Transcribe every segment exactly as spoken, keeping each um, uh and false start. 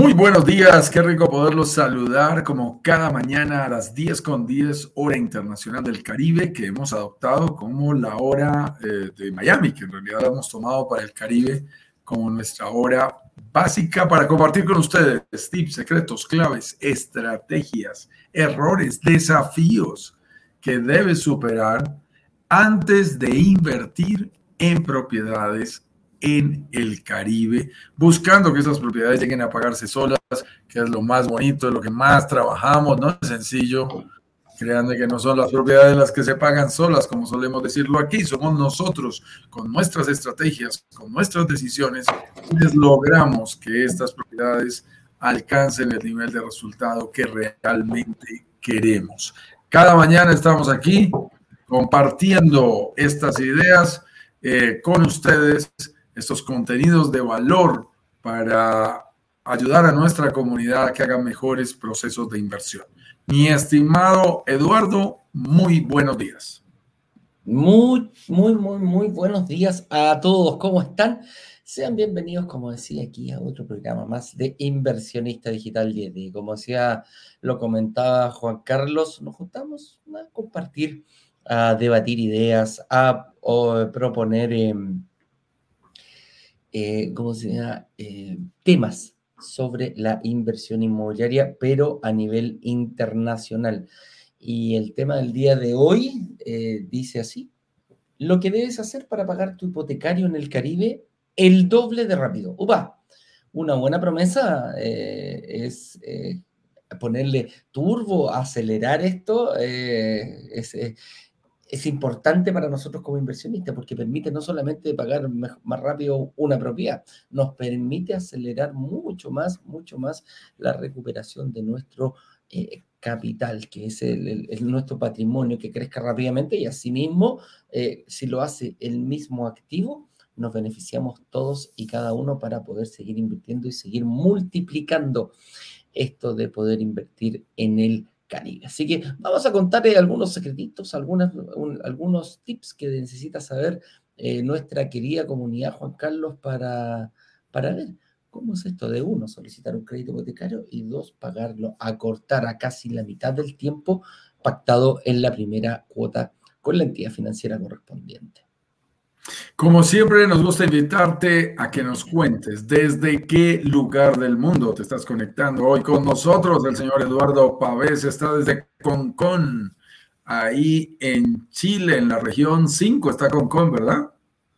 Muy buenos días, qué rico poderlos saludar como cada mañana a las diez con diez, hora internacional del Caribe, que hemos adoptado como la hora eh, de Miami, que en realidad la hemos tomado para el Caribe como nuestra hora básica para compartir con ustedes tips, secretos, claves, estrategias, errores, desafíos que debes superar antes de invertir en propiedades en el Caribe, buscando que esas propiedades lleguen a pagarse solas, que es lo más bonito, es lo que más trabajamos. No es sencillo, créanme que no son las propiedades las que se pagan solas, como solemos decirlo aquí, somos nosotros, con nuestras estrategias, con nuestras decisiones, quienes logramos que estas propiedades alcancen el nivel de resultado que realmente queremos. Cada mañana estamos aquí compartiendo estas ideas eh, con ustedes, estos contenidos de valor para ayudar a nuestra comunidad a que haga mejores procesos de inversión. Mi estimado Eduardo, muy buenos días. Muy, muy, muy, muy buenos días a todos. ¿Cómo están? Sean bienvenidos, como decía aquí, a otro programa más de Inversionista Digital diez. Y como decía, lo comentaba Juan Carlos, nos juntamos a compartir, a debatir ideas, a, a proponer eh, eh, ¿cómo se llama? Eh, temas sobre la inversión inmobiliaria, pero a nivel internacional. Y el tema del día de hoy eh, dice así: lo que debes hacer para pagar tu hipotecario en el Caribe el doble de rápido. ¡Upa! Una buena promesa eh, es eh, ponerle turbo, acelerar esto. Eh, es, eh, es importante para nosotros como inversionistas porque permite no solamente pagar más rápido una propiedad, nos permite acelerar mucho más, mucho más la recuperación de nuestro eh, capital, que es el, el, el nuestro patrimonio, que crezca rápidamente, y asimismo, eh, si lo hace el mismo activo, nos beneficiamos todos y cada uno para poder seguir invirtiendo y seguir multiplicando esto de poder invertir en el Caribe. Así que vamos a contarle algunos secretitos, algunas, un, algunos tips que necesita saber eh, nuestra querida comunidad, Juan Carlos, para, para ver cómo es esto de, uno, solicitar un crédito hipotecario, y dos, pagarlo, acortar a casi la mitad del tiempo pactado en la primera cuota con la entidad financiera correspondiente. Como siempre, nos gusta invitarte a que nos cuentes desde qué lugar del mundo te estás conectando hoy con nosotros. El señor Eduardo Pavés está desde Concón, ahí en Chile, en la región cinco. Está Concón, ¿verdad?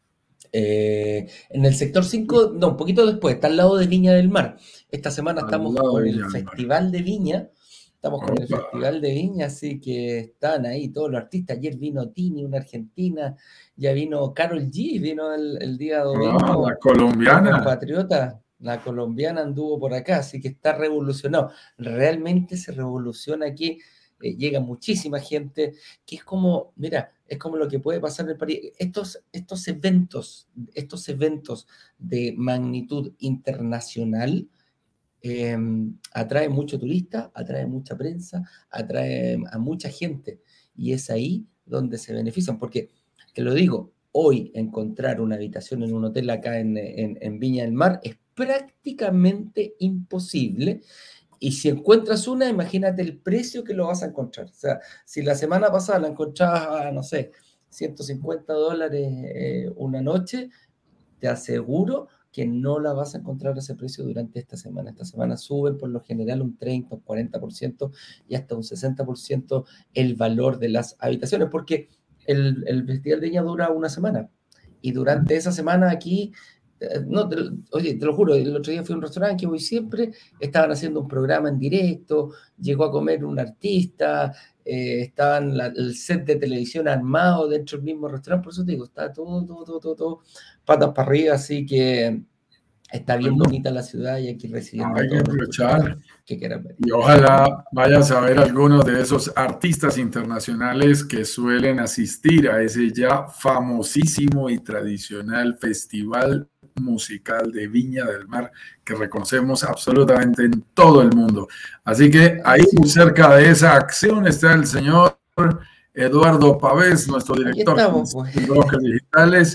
Eh, en el sector cinco, no, un poquito después, está al lado de Viña del Mar. Esta semana estamos con el Festival de Viña. Estamos con el Festival de Viña, así que están ahí todos los artistas. Ayer vino Tini, una argentina, ya vino Karol G, vino el, el día domingo. Ah, la colombiana. Compatriota, la colombiana anduvo por acá, así que está revolucionado. Realmente se revoluciona aquí, eh, llega muchísima gente, que es como, mira, es como lo que puede pasar en el París. Estos, estos eventos, estos eventos de magnitud internacional, Eh, atrae mucho turista, atrae mucha prensa, atrae a mucha gente, y es ahí donde se benefician, porque, te lo digo, hoy encontrar una habitación en un hotel acá en, en, en Viña del Mar es prácticamente imposible, y si encuentras una, imagínate el precio que lo vas a encontrar. O sea, si la semana pasada la encontrabas a, no sé, ciento cincuenta dólares eh, una noche, te aseguro que no la vas a encontrar a ese precio durante esta semana. Esta semana suben por lo general un treinta, un cuarenta por ciento y hasta un sesenta por ciento el valor de las habitaciones, porque el, el Festival de Viña dura una semana, y durante esa semana aquí, eh, no, te, oye, te lo juro, el otro día fui a un restaurante que voy siempre, estaban haciendo un programa en directo, llegó a comer un artista, eh, estaban la, el set de televisión armado dentro del mismo restaurante. Por eso te digo, está todo, todo, todo, todo, todo patas para arriba, así que está bien bueno, bonita la ciudad, y aquí recibiendo hay a todos que aprovechar que quieran ver. Y ojalá vayas a ver algunos de esos artistas internacionales que suelen asistir a ese ya famosísimo y tradicional Festival Musical de Viña del Mar, que reconocemos absolutamente en todo el mundo. Así que ahí muy cerca de esa acción está el señor Eduardo Pavés, nuestro director estamos, pues. de Brokers Digitales.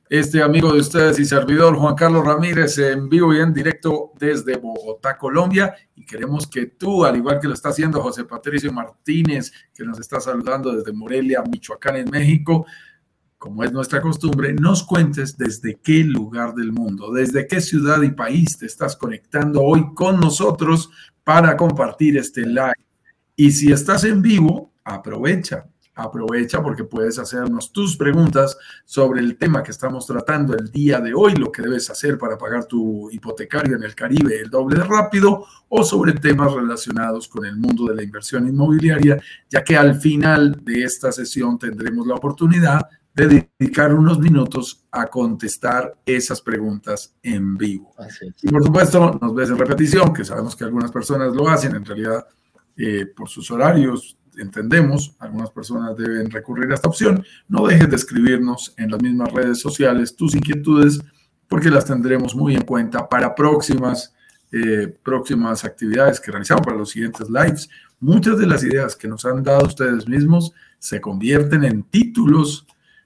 Este amigo de ustedes y servidor, Juan Carlos Ramírez, en vivo y en directo desde Bogotá, Colombia. Y queremos que tú, al igual que lo está haciendo José Patricio Martínez, que nos está saludando desde Morelia, Michoacán, en México, como es nuestra costumbre, nos cuentes desde qué lugar del mundo, desde qué ciudad y país te estás conectando hoy con nosotros para compartir este live. Y si estás en vivo, aprovecha. Aprovecha porque puedes hacernos tus preguntas sobre el tema que estamos tratando el día de hoy, lo que debes hacer para pagar tu hipotecario en el Caribe el doble de rápido, o sobre temas relacionados con el mundo de la inversión inmobiliaria, ya que al final de esta sesión tendremos la oportunidad de dedicar unos minutos a contestar esas preguntas en vivo. Y por supuesto, nos ves en repetición, que sabemos que algunas personas lo hacen, en realidad eh, por sus horarios, entendemos, algunas personas deben recurrir a esta opción. No dejes de escribirnos en las mismas redes sociales tus inquietudes, porque las tendremos muy en cuenta para próximas, eh, próximas actividades que realizamos, para los siguientes lives. Muchas de las ideas que nos han dado ustedes mismos se convierten en títulos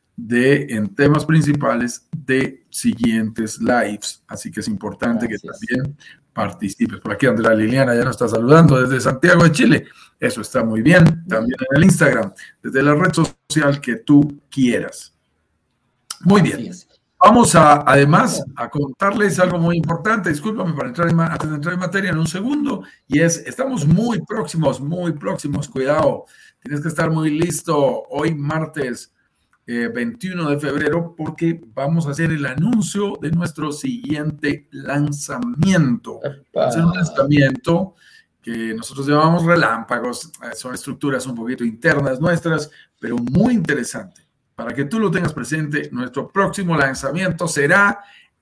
de, en temas principales de siguientes lives. Así que es importante Gracias. que también participes. Por aquí Andrea Liliana ya nos está saludando desde Santiago de Chile. Eso está muy bien. También en el Instagram, desde la red social que tú quieras. Muy bien. Vamos a, además, a contarles algo muy importante. Discúlpame para entrar en, antes de entrar en materia en un segundo. Y es, estamos muy próximos, muy próximos. Cuidado. Tienes que estar muy listo hoy martes Eh, veintiuno de febrero, porque vamos a hacer el anuncio de nuestro siguiente lanzamiento. Va a ser un lanzamiento que nosotros llamamos relámpagos, son estructuras un poquito internas nuestras, pero muy interesante. Para que tú lo tengas presente, nuestro próximo lanzamiento será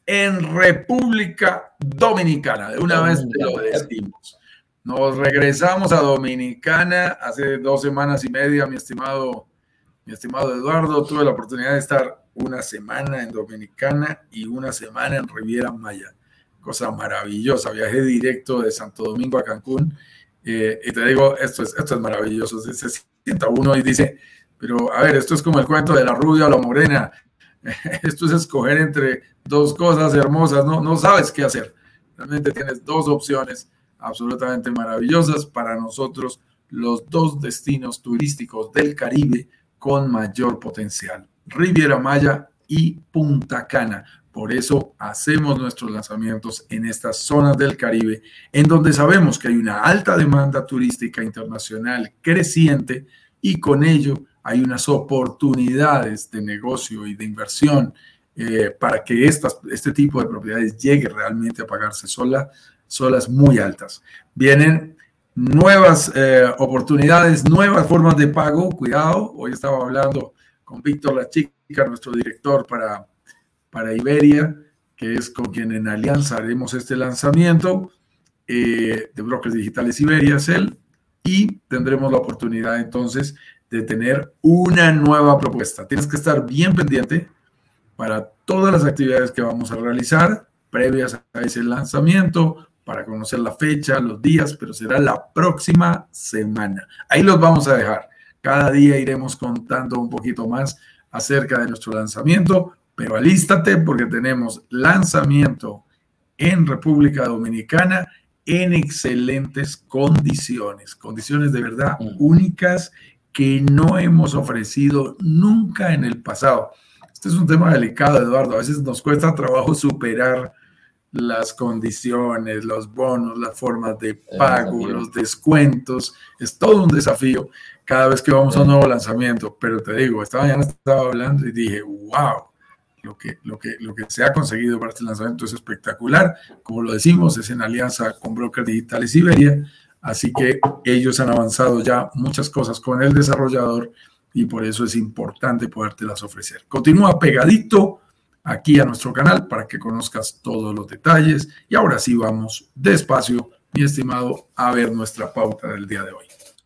en República Dominicana. De una vez te lo decimos. Nos regresamos a Dominicana hace dos semanas y media, mi estimado Mi estimado Eduardo. Tuve la oportunidad de estar una semana en Dominicana y una semana en Riviera Maya. Cosa maravillosa. Viajé directo de Santo Domingo a Cancún. Eh, y te digo, esto es, esto es maravilloso. Se, se sienta uno y dice, pero a ver, esto es como el cuento de la rubia o la morena. Esto es escoger entre dos cosas hermosas. No, no sabes qué hacer. Realmente tienes dos opciones absolutamente maravillosas para nosotros, los dos destinos turísticos del Caribe con mayor potencial, Riviera Maya y Punta Cana. Por eso hacemos nuestros lanzamientos en estas zonas del Caribe, en donde sabemos que hay una alta demanda turística internacional creciente, y con ello hay unas oportunidades de negocio y de inversión eh, para que estas, este tipo de propiedades llegue realmente a pagarse sola, solas muy altas. Vienen nuevas eh, oportunidades, nuevas formas de pago. Cuidado, hoy estaba hablando con Víctor La Chica, nuestro director para, para Iberia, que es con quien en alianza haremos este lanzamiento eh, de Brokers Digitales Iberia, es él, y tendremos la oportunidad entonces de tener una nueva propuesta. Tienes que estar bien pendiente para todas las actividades que vamos a realizar previas a ese lanzamiento, para conocer la fecha, los días, pero será la próxima semana. Ahí los vamos a dejar. Cada día iremos contando un poquito más acerca de nuestro lanzamiento, pero alístate porque tenemos lanzamiento en República Dominicana en excelentes condiciones, condiciones de verdad únicas que no hemos ofrecido nunca en el pasado. Este es un tema delicado, Eduardo. A veces nos cuesta trabajo superar las condiciones, los bonos, las formas de pago, los descuentos. Es todo un desafío cada vez que vamos a un nuevo lanzamiento. Pero te digo, esta mañana estaba hablando y dije, wow, lo que, lo que, lo que se ha conseguido para este lanzamiento es espectacular. Como lo decimos, es en alianza con Brokers Digitales Iberia. Así que ellos han avanzado ya muchas cosas con el desarrollador y por eso es importante podértelas ofrecer. Continúa pegadito aquí a nuestro canal para que conozcas todos los detalles. Y ahora sí vamos despacio, mi estimado, a ver nuestra pauta del día de hoy.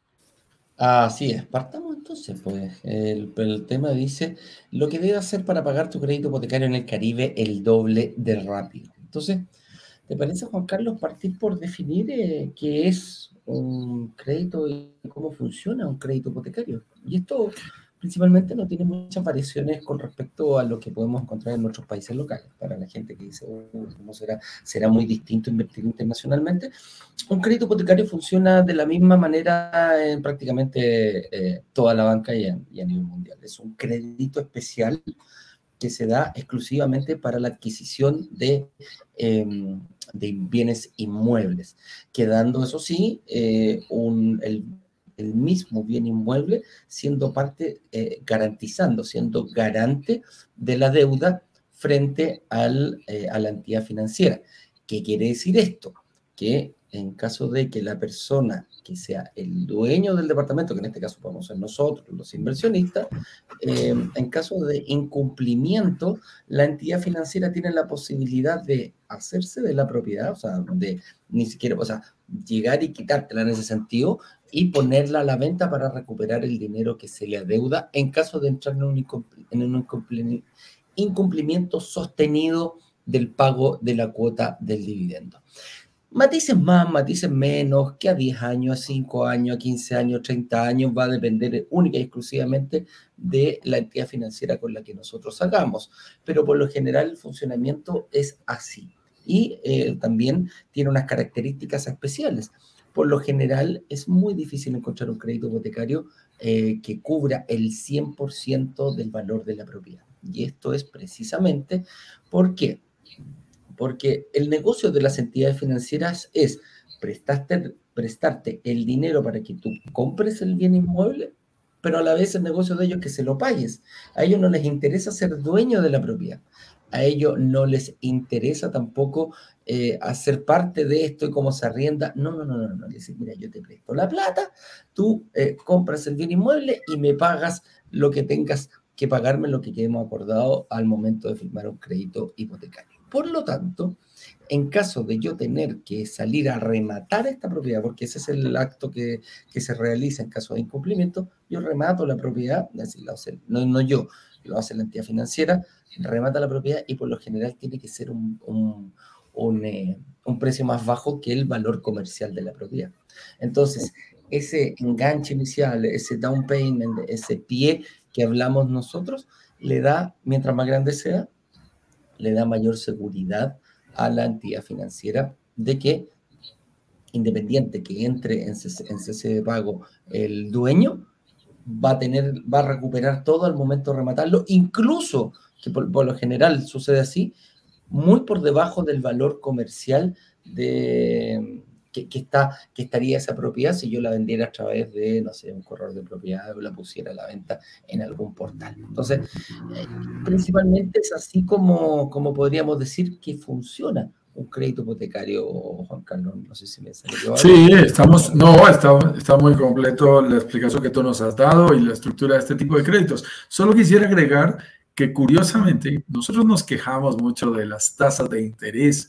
Así es, partamos entonces, pues. El, el tema dice, lo que debes hacer para pagar tu crédito hipotecario en el Caribe el doble de rápido. Entonces, ¿te parece, Juan Carlos, partir por definir eh, qué es un crédito y cómo funciona un crédito hipotecario? Y esto principalmente no tiene muchas variaciones con respecto a lo que podemos encontrar en otros países locales. Para la gente que dice, uh, ¿cómo será? ¿Será muy distinto invertir internacionalmente? Un crédito hipotecario funciona de la misma manera en prácticamente eh, toda la banca y a, y a nivel mundial. Es un crédito especial que se da exclusivamente para la adquisición de, eh, de bienes inmuebles, quedando, eso sí, eh, un, el, el mismo bien inmueble siendo parte, eh, garantizando, siendo garante de la deuda frente al, eh, a la entidad financiera. ¿Qué quiere decir esto? Que en caso de que la persona que sea el dueño del departamento, que en este caso podemos ser nosotros, los inversionistas, eh, en caso de incumplimiento, la entidad financiera tiene la posibilidad de hacerse de la propiedad, o sea, de ni siquiera, o sea, llegar y quitártela en ese sentido y ponerla a la venta para recuperar el dinero que se le adeuda en caso de entrar en un, incumpli- en un incumpli- incumplimiento sostenido del pago de la cuota del dividendo. Matices más, matices menos, que a diez años, a cinco años, a quince años, treinta años, va a depender única y exclusivamente de la entidad financiera con la que nosotros hagamos. Pero por lo general el funcionamiento es así. Y eh, también tiene unas características especiales. Por lo general es muy difícil encontrar un crédito hipotecario eh, que cubra el cien por ciento del valor de la propiedad. Y esto es precisamente porque porque el negocio de las entidades financieras es prestarte, prestarte el dinero para que tú compres el bien inmueble, pero a la vez el negocio de ellos es que se lo pagues. A ellos no les interesa ser dueño de la propiedad. A ellos no les interesa tampoco eh, hacer parte de esto y cómo se arrienda. No, no, no, no, no. Les dicen, mira, yo te presto la plata, tú eh, compras el bien inmueble y me pagas lo que tengas que pagarme, lo que quedemos acordado al momento de firmar un crédito hipotecario. Por lo tanto, en caso de yo tener que salir a rematar esta propiedad, porque ese es el acto que, que se realiza en caso de incumplimiento, yo remato la propiedad, es decir, lo hace, no, no yo, lo hace la entidad financiera, remata la propiedad y por lo general tiene que ser un, un, un, eh, un precio más bajo que el valor comercial de la propiedad. Entonces, ese enganche inicial, ese down payment, ese pie que hablamos nosotros, le da, mientras más grande sea, le da mayor seguridad a la entidad financiera de que, independiente que entre en cese, en cese de pago el dueño, va a tener, va a recuperar todo al momento de rematarlo, incluso, que por, por lo general sucede así, muy por debajo del valor comercial de, que, que, está, que estaría esa propiedad si yo la vendiera a través de, no sé, un corredor de propiedad o la pusiera a la venta en algún portal. Entonces, eh, principalmente es así como, como podríamos decir que funciona un crédito hipotecario, Juan Carlos. No sé si me salió algo. Sí, estamos, no, está, está muy completo la explicación que tú nos has dado y la estructura de este tipo de créditos. Solo quisiera agregar que curiosamente nosotros nos quejamos mucho de las tasas de interés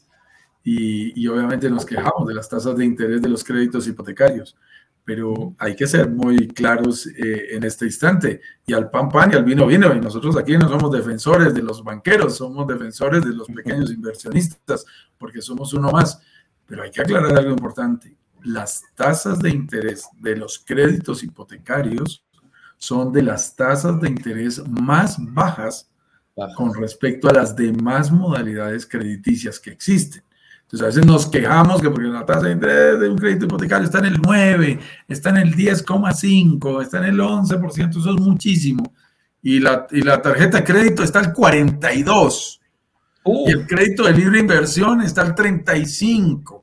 y, y obviamente nos quejamos de las tasas de interés de los créditos hipotecarios, pero hay que ser muy claros eh, en este instante. Y al pan pan y al vino vino, y nosotros aquí no somos defensores de los banqueros, somos defensores de los pequeños inversionistas, porque somos uno más. Pero hay que aclarar algo importante. Las tasas de interés de los créditos hipotecarios son de las tasas de interés más bajas, bajas con respecto a las demás modalidades crediticias que existen. Entonces, a veces nos quejamos que porque la tasa de interés de un crédito hipotecario está en el nueve, está en el diez coma cinco, está en el once por ciento, eso es muchísimo. Y la, y la tarjeta de crédito está al cuarenta y dos. Uh. Y el crédito de libre inversión está al treinta y cinco.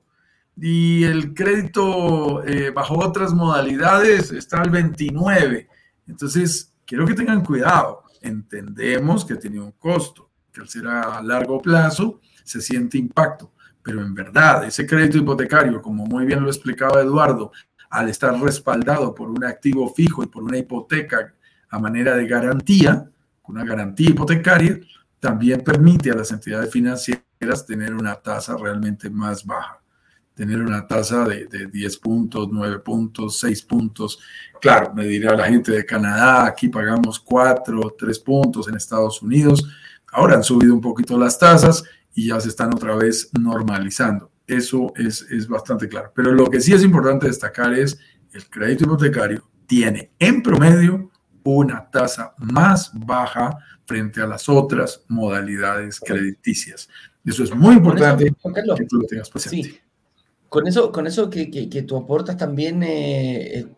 Y el crédito eh, bajo otras modalidades está al veintinueve. Entonces, quiero que tengan cuidado. Entendemos que tiene un costo, que al ser a largo plazo se siente impacto. Pero en verdad, ese crédito hipotecario, como muy bien lo explicaba Eduardo, al estar respaldado por un activo fijo y por una hipoteca a manera de garantía, una garantía hipotecaria, también permite a las entidades financieras tener una tasa realmente más baja, tener una tasa de, de diez puntos, nueve puntos, seis puntos. Claro, me dirá la gente de Canadá, aquí pagamos cuatro, tres puntos en Estados Unidos. Ahora han subido un poquito las tasas y ya se están otra vez normalizando. Eso es, es bastante claro. Pero lo que sí es importante destacar es el crédito hipotecario tiene en promedio una tasa más baja frente a las otras modalidades crediticias. Eso es muy importante eso, Juan Carlos, que tú lo tengas presente. Sí, con eso, con eso que, que, que tú aportas también, eh, eh,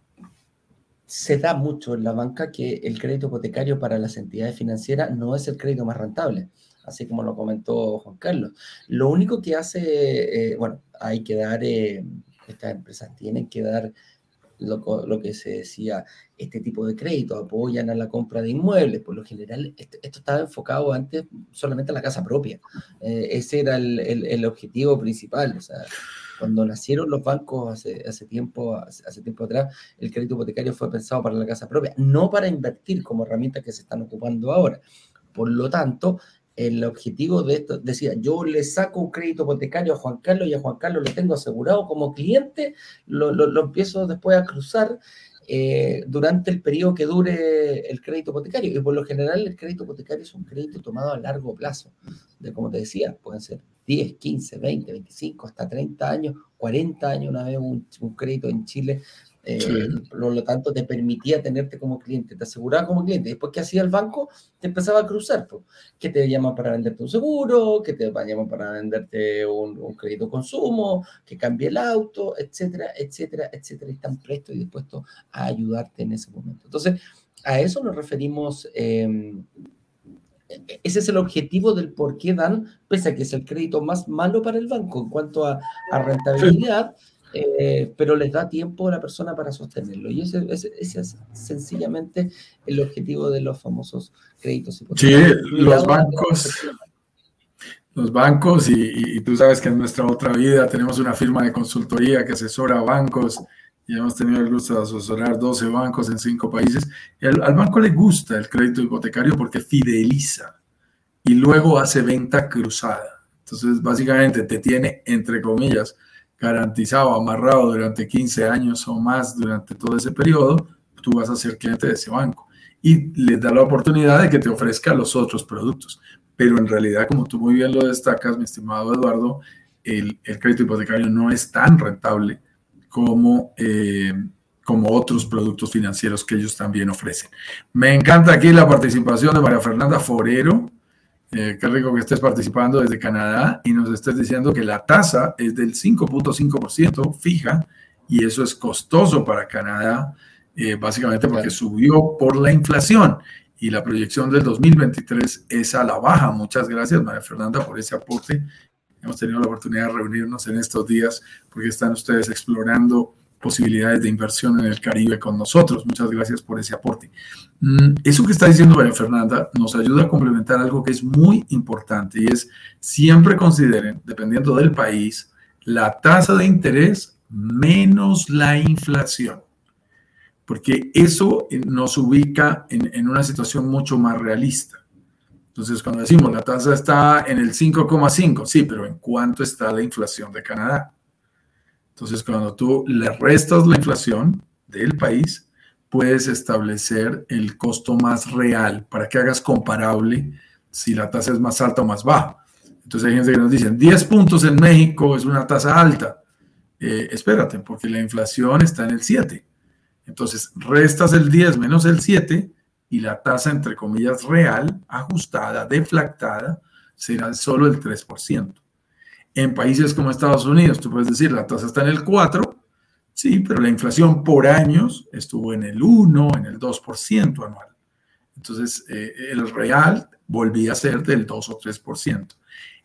se da mucho en la banca que el crédito hipotecario para las entidades financieras no es el crédito más rentable, así como lo comentó Juan Carlos. Lo único que hace, eh, bueno, hay que dar, eh, estas empresas tienen que dar lo, lo que se decía, este tipo de crédito, apoyan a la compra de inmuebles. Por lo general, esto, esto estaba enfocado antes solamente a la casa propia. Eh, ese era el, el, el objetivo principal. O sea, cuando nacieron los bancos hace, hace, tiempo, hace, hace tiempo atrás, el crédito hipotecario fue pensado para la casa propia, no para invertir como herramientas que se están ocupando ahora. Por lo tanto, el objetivo de esto decía, yo le saco un crédito hipotecario a Juan Carlos y a Juan Carlos lo tengo asegurado como cliente, lo, lo, lo empiezo después a cruzar eh, durante el periodo que dure el crédito hipotecario. Y por lo general el crédito hipotecario es un crédito tomado a largo plazo, de como te decía, pueden ser diez, quince, veinte, veinticinco, hasta treinta años, cuarenta años. Una vez un, un crédito en Chile, Eh, sí. Por lo tanto, te permitía tenerte como cliente, te aseguraba como cliente. Después, ¿qué hacía el banco? Te empezaba a cruzar, pues, que te llaman para venderte un seguro, que te llaman para venderte un, un crédito consumo, que cambie el auto, etcétera, etcétera, etcétera. Y están prestos y dispuestos a ayudarte en ese momento. Entonces, a eso nos referimos. Eh, ese es el objetivo del por qué dan, pese a que es el crédito más malo para el banco en cuanto a, a rentabilidad. Sí. Eh, pero les da tiempo a la persona para sostenerlo. Y ese, ese, ese es sencillamente el objetivo de los famosos créditos hipotecarios. Sí, los bancos, los bancos y, y, y tú sabes que en nuestra otra vida tenemos una firma de consultoría que asesora a bancos y hemos tenido el gusto de asesorar doce bancos en cinco países. Y al, al banco le gusta el crédito hipotecario porque fideliza y luego hace venta cruzada. Entonces, básicamente te tiene, entre comillas, garantizado, amarrado durante quince años o más durante todo ese periodo, tú vas a ser cliente de ese banco y les da la oportunidad de que te ofrezca los otros productos. Pero en realidad, como tú muy bien lo destacas, mi estimado Eduardo, el, el crédito hipotecario no es tan rentable como, eh, como otros productos financieros que ellos también ofrecen. Me encanta aquí la participación de María Fernanda Forero. Eh, qué rico que estés participando desde Canadá y nos estés diciendo que la tasa es del cinco punto cinco por ciento fija y eso es costoso para Canadá, eh, básicamente porque subió por la inflación y la proyección del dos mil veintitrés es a la baja. Muchas gracias, María Fernanda, por ese aporte. Hemos tenido la oportunidad de reunirnos en estos días porque están ustedes explorando posibilidades de inversión en el Caribe con nosotros. Muchas gracias por ese aporte. Eso que está diciendo María Fernanda nos ayuda a complementar algo que es muy importante y es siempre consideren, dependiendo del país, la tasa de interés menos la inflación, porque eso nos ubica en, en una situación mucho más realista. Entonces, cuando decimos la tasa está en el cinco coma cinco, sí, pero ¿en cuánto está la inflación de Canadá? Entonces, cuando tú le restas la inflación del país, puedes establecer el costo más real para que hagas comparable si la tasa es más alta o más baja. Entonces, hay gente que nos dice, diez puntos en México es una tasa alta. Eh, espérate, porque la inflación está en el siete. Entonces, restas el diez menos el siete y la tasa, entre comillas, real, ajustada, deflactada, será solo el tres por ciento. En países como Estados Unidos, tú puedes decir, la tasa está en el cuatro, sí, pero la inflación por años estuvo en el uno, en el dos por ciento anual. Entonces, eh, el real volvía a ser del dos o tres por ciento.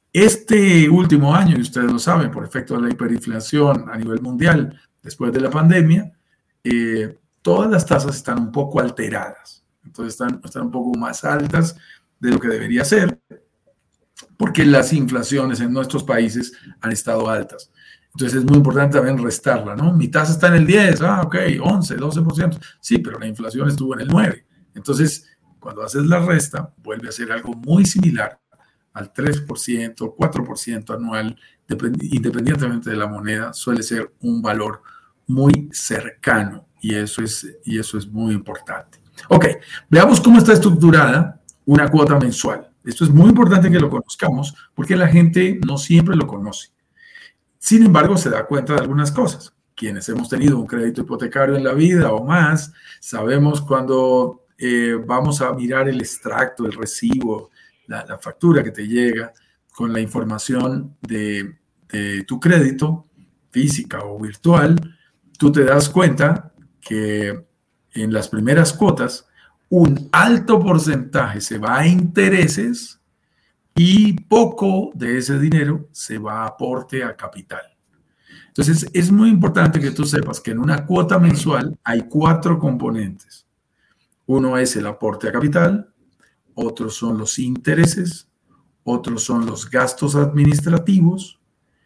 Este último año, y ustedes lo saben, por efecto de la hiperinflación a nivel mundial, después de la pandemia, eh, todas las tasas están un poco alteradas. Entonces, están, están un poco más altas de lo que debería ser, porque las inflaciones en nuestros países han estado altas. Entonces es muy importante también restarla, ¿no? Mi tasa está en el diez, ah, ok, once, doce por ciento. Sí, pero la inflación estuvo en el nueve. Entonces, cuando haces la resta, vuelve a ser algo muy similar al tres por ciento, cuatro por ciento anual, independientemente de la moneda, suele ser un valor muy cercano y eso es, y eso es muy importante. Ok, veamos cómo está estructurada una cuota mensual. Esto es muy importante que lo conozcamos porque la gente no siempre lo conoce. Sin embargo, se da cuenta de algunas cosas. quienes hemos tenido un crédito hipotecario en la vida o más, sabemos cuando eh, vamos a mirar el extracto, el recibo, la, la factura que te llega con la información de, de tu crédito, física o virtual, tú te das cuenta que en las primeras cuotas un alto porcentaje se va a intereses y poco de ese dinero se va a aporte a capital. Entonces, es muy importante que tú sepas que en una cuota mensual hay cuatro componentes. Uno es el aporte a capital, otros son los intereses, otros son los gastos administrativos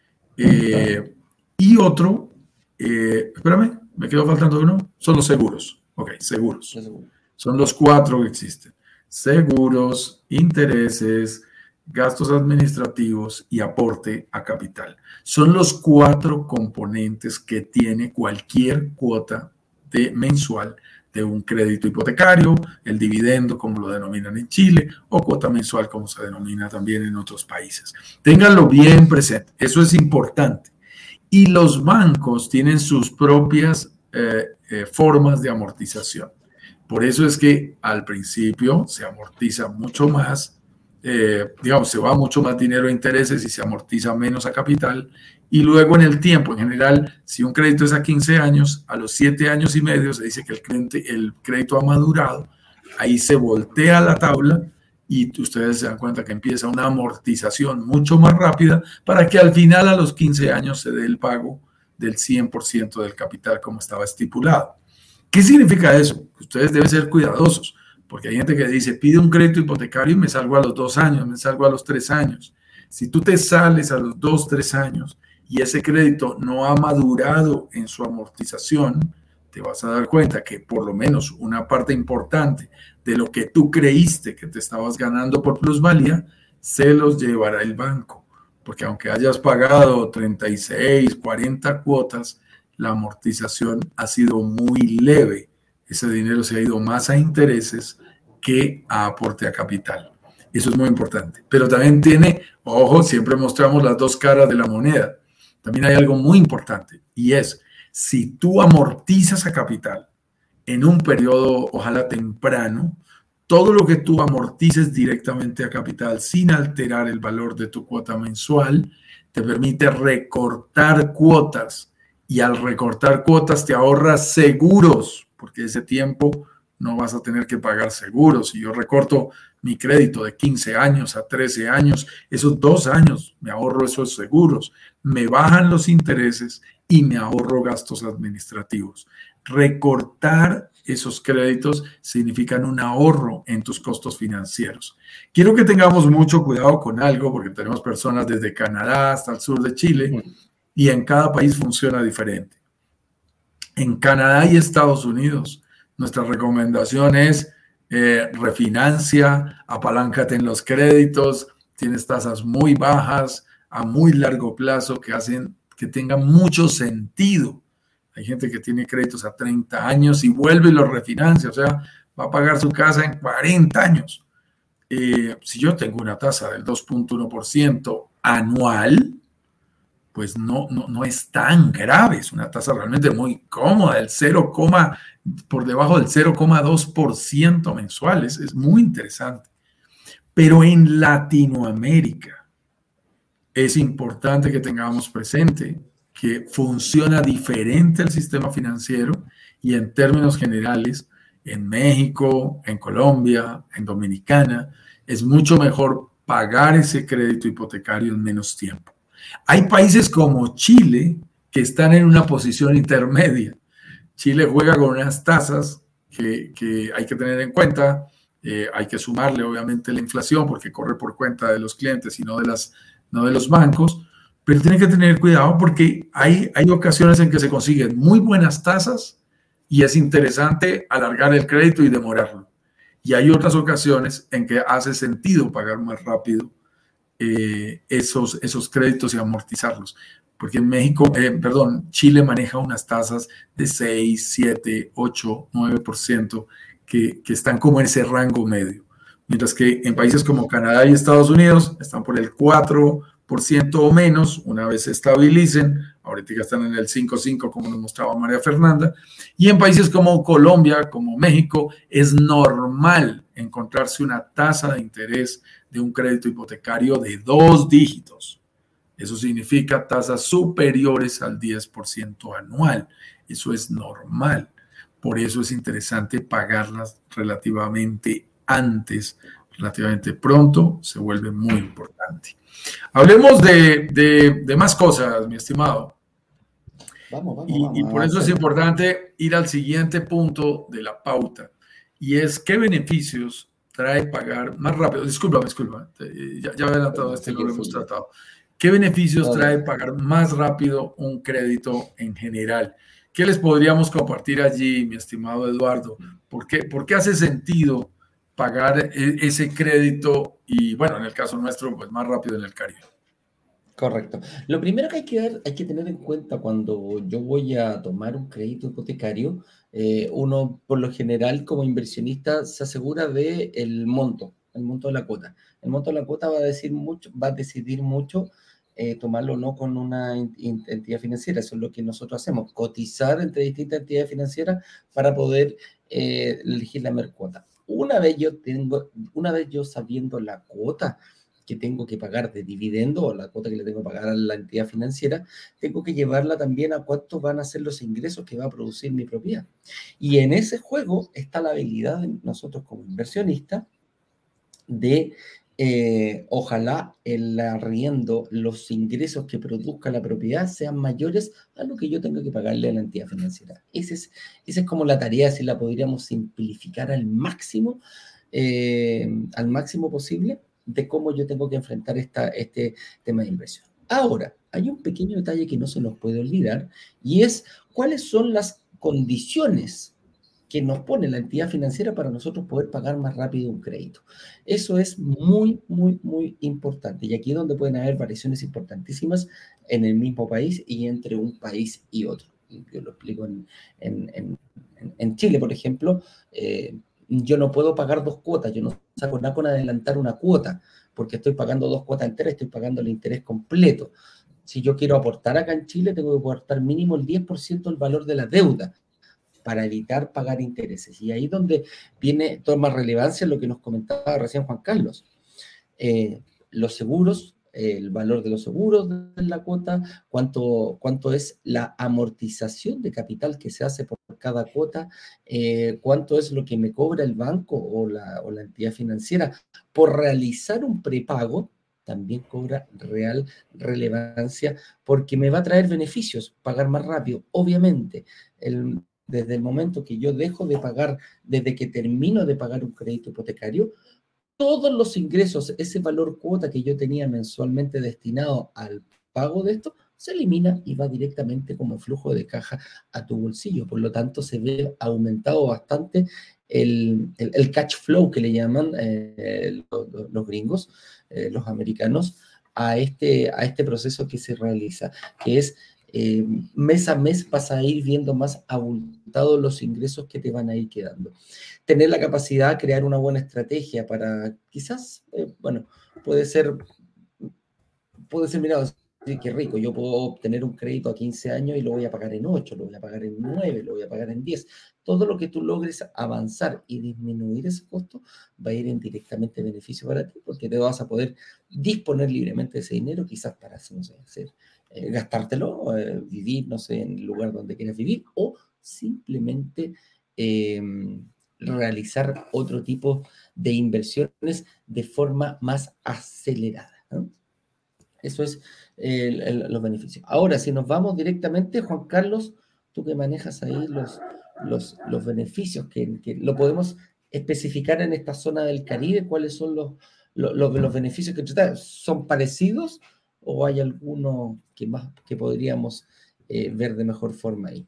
eh, y otro, eh, espérame, me quedó faltando uno, son los seguros. Ok, seguros. Son los cuatro que existen. Seguros, intereses, gastos administrativos y aporte a capital. Son los cuatro componentes que tiene cualquier cuota de mensual de un crédito hipotecario, el dividendo, como lo denominan en Chile, o cuota mensual, como se denomina también en otros países. Ténganlo bien presente, eso es importante. Y los bancos tienen sus propias eh, eh, formas de amortización. Por eso es que al principio se amortiza mucho más, eh, digamos, se va mucho más dinero a intereses y se amortiza menos a capital. Y luego en el tiempo, en general, si un crédito es a quince años, a los siete años y medio se dice que el crédito, el crédito ha madurado, ahí se voltea la tabla y ustedes se dan cuenta que empieza una amortización mucho más rápida para que al final a los quince años se dé el pago del cien por ciento del capital como estaba estipulado. ¿Qué significa eso? Ustedes deben ser cuidadosos, porque hay gente que dice, pide un crédito hipotecario y me salgo a los dos años, me salgo a los tres años. Si tú te sales a los dos, tres años y ese crédito no ha madurado en su amortización, te vas a dar cuenta que por lo menos una parte importante de lo que tú creíste que te estabas ganando por plusvalía, se los llevará el banco. Porque aunque hayas pagado treinta y seis, cuarenta cuotas, la amortización ha sido muy leve. Ese dinero se ha ido más a intereses que a aporte a capital. Eso es muy importante. Pero también tiene, ojo, siempre mostramos las dos caras de la moneda. También hay algo muy importante y es, si tú amortizas a capital en un periodo, ojalá temprano, todo lo que tú amortices directamente a capital sin alterar el valor de tu cuota mensual, te permite recortar cuotas y al recortar cuotas te ahorras seguros, porque ese tiempo no vas a tener que pagar seguros. Si yo recorto mi crédito de quince años a trece años, esos dos años me ahorro esos seguros, me bajan los intereses y me ahorro gastos administrativos. Recortar esos créditos significan un ahorro en tus costos financieros. Quiero que tengamos mucho cuidado con algo, porque tenemos personas desde Canadá hasta el sur de Chile y en cada país funciona diferente. En Canadá y Estados Unidos, nuestra recomendación es eh, refinancia, apaláncate en los créditos, tienes tasas muy bajas a muy largo plazo que hacen que tenga mucho sentido. Hay gente que tiene créditos a treinta años y vuelve y los refinancia, o sea, va a pagar su casa en cuarenta años. Eh, si yo tengo una tasa del dos punto uno por ciento anual, pues no, no, no es tan grave, es una tasa realmente muy cómoda, el cero, por debajo del cero coma dos por ciento mensuales, es muy interesante. Pero en Latinoamérica es importante que tengamos presente que funciona diferente el sistema financiero y en términos generales, en México, en Colombia, en Dominicana, es mucho mejor pagar ese crédito hipotecario en menos tiempo. Hay países como Chile que están en una posición intermedia. Chile juega con unas tasas que, que hay que tener en cuenta. Eh, hay que sumarle, obviamente, la inflación porque corre por cuenta de los clientes y no de, las, no de los bancos. Pero tienen que tener cuidado porque hay, hay ocasiones en que se consiguen muy buenas tasas y es interesante alargar el crédito y demorarlo. Y hay otras ocasiones en que hace sentido pagar más rápido Eh, esos, esos créditos y amortizarlos. Porque en México, eh, perdón, Chile maneja unas tasas de seis, siete, ocho, nueve por ciento que, que están como en ese rango medio. Mientras que en países como Canadá y Estados Unidos están por el cuatro por ciento o menos. Una vez se estabilicen, ahorita están en el cinco punto cinco, como nos mostraba María Fernanda, y en países como Colombia, como México, es normal encontrarse una tasa de interés de un crédito hipotecario de dos dígitos. Eso significa tasas superiores al diez por ciento anual. Eso es normal. Por eso es interesante pagarlas relativamente antes, relativamente pronto, se vuelve muy importante. Hablemos de, de, de más cosas, mi estimado. Vamos, vamos, y, vamos. y por eso es importante ir al siguiente punto de la pauta, y es qué beneficios trae pagar más rápido. Disculpa, disculpa, ya, ya he adelantado este, no lo hemos tratado. ¿Qué beneficios trae pagar más rápido un crédito en general? ¿Qué les podríamos compartir allí, mi estimado Eduardo? ¿Por qué, por qué hace sentido pagar ese crédito y, bueno, en el caso nuestro, pues más rápido en el Caribe? Correcto. Lo primero que hay que ver, hay que tener en cuenta cuando yo voy a tomar un crédito hipotecario, eh, uno por lo general como inversionista se asegura de el monto, el monto de la cuota. El monto de la cuota va a decir mucho, va a decidir mucho eh, tomarlo o no con una entidad financiera. Eso es lo que nosotros hacemos, cotizar entre distintas entidades financieras para poder eh, elegir la mejor cuota. Una vez yo tengo, una vez yo sabiendo la cuota que tengo que pagar de dividendo o la cuota que le tengo que pagar a la entidad financiera, tengo que llevarla también a cuántos van a ser los ingresos que va a producir mi propiedad. Y en ese juego está la habilidad de nosotros como inversionistas de eh, ojalá el arriendo, los ingresos que produzca la propiedad sean mayores a lo que yo tengo que pagarle a la entidad financiera. Esa es, esa es como la tarea, si la podríamos simplificar al máximo, eh, al máximo posible, de cómo yo tengo que enfrentar esta, este tema de inversión. Ahora, hay un pequeño detalle que no se nos puede olvidar y es cuáles son las condiciones que nos pone la entidad financiera para nosotros poder pagar más rápido un crédito. Eso es muy, muy, muy importante. Y aquí es donde pueden haber variaciones importantísimas en el mismo país y entre un país y otro. Yo lo explico en, en, en, en Chile, por ejemplo, eh, yo no puedo pagar dos cuotas, yo no saco nada con adelantar una cuota, porque estoy pagando dos cuotas enteras, estoy pagando el interés completo. Si yo quiero aportar acá en Chile, tengo que aportar mínimo el diez por ciento del valor de la deuda para evitar pagar intereses. Y ahí es donde viene, toma relevancia lo que nos comentaba recién Juan Carlos. Eh, los seguros, eh, el valor de los seguros de la cuota, cuánto, cuánto es la amortización de capital que se hace por cada cuota, eh, cuánto es lo que me cobra el banco o la, o la entidad financiera por realizar un prepago, también cobra real relevancia porque me va a traer beneficios, pagar más rápido, obviamente. El, desde el momento que yo dejo de pagar, desde que termino de pagar un crédito hipotecario, todos los ingresos, ese valor cuota que yo tenía mensualmente destinado al pago de esto, se elimina y va directamente como flujo de caja a tu bolsillo. Por lo tanto, se ve aumentado bastante el, el, el cash flow que le llaman eh, los, los gringos, eh, los americanos, a este, a este proceso que se realiza, que es eh, mes a mes vas a ir viendo más abultados los ingresos que te van a ir quedando. Tener la capacidad de crear una buena estrategia para quizás, eh, bueno, puede ser, puede ser mirado, sí, qué rico, yo puedo obtener un crédito a quince años y lo voy a pagar en ocho, lo voy a pagar en nueve, lo voy a pagar en diez. Todo lo que tú logres avanzar y disminuir ese costo va a ir en directamente beneficio para ti, porque te vas a poder disponer libremente de ese dinero, quizás para, no sé, hacer, eh, gastártelo, eh, vivir, no sé, en el lugar donde quieras vivir, o simplemente eh, realizar otro tipo de inversiones de forma más acelerada, ¿no? Eso es el, el, los beneficios. Ahora, si nos vamos directamente, Juan Carlos, tú que manejas ahí los, los, los beneficios, que, que lo podemos especificar en esta zona del Caribe, ¿cuáles son los, los, los, los beneficios que tú traes? ¿Son parecidos o hay alguno que, más, que podríamos eh, ver de mejor forma ahí?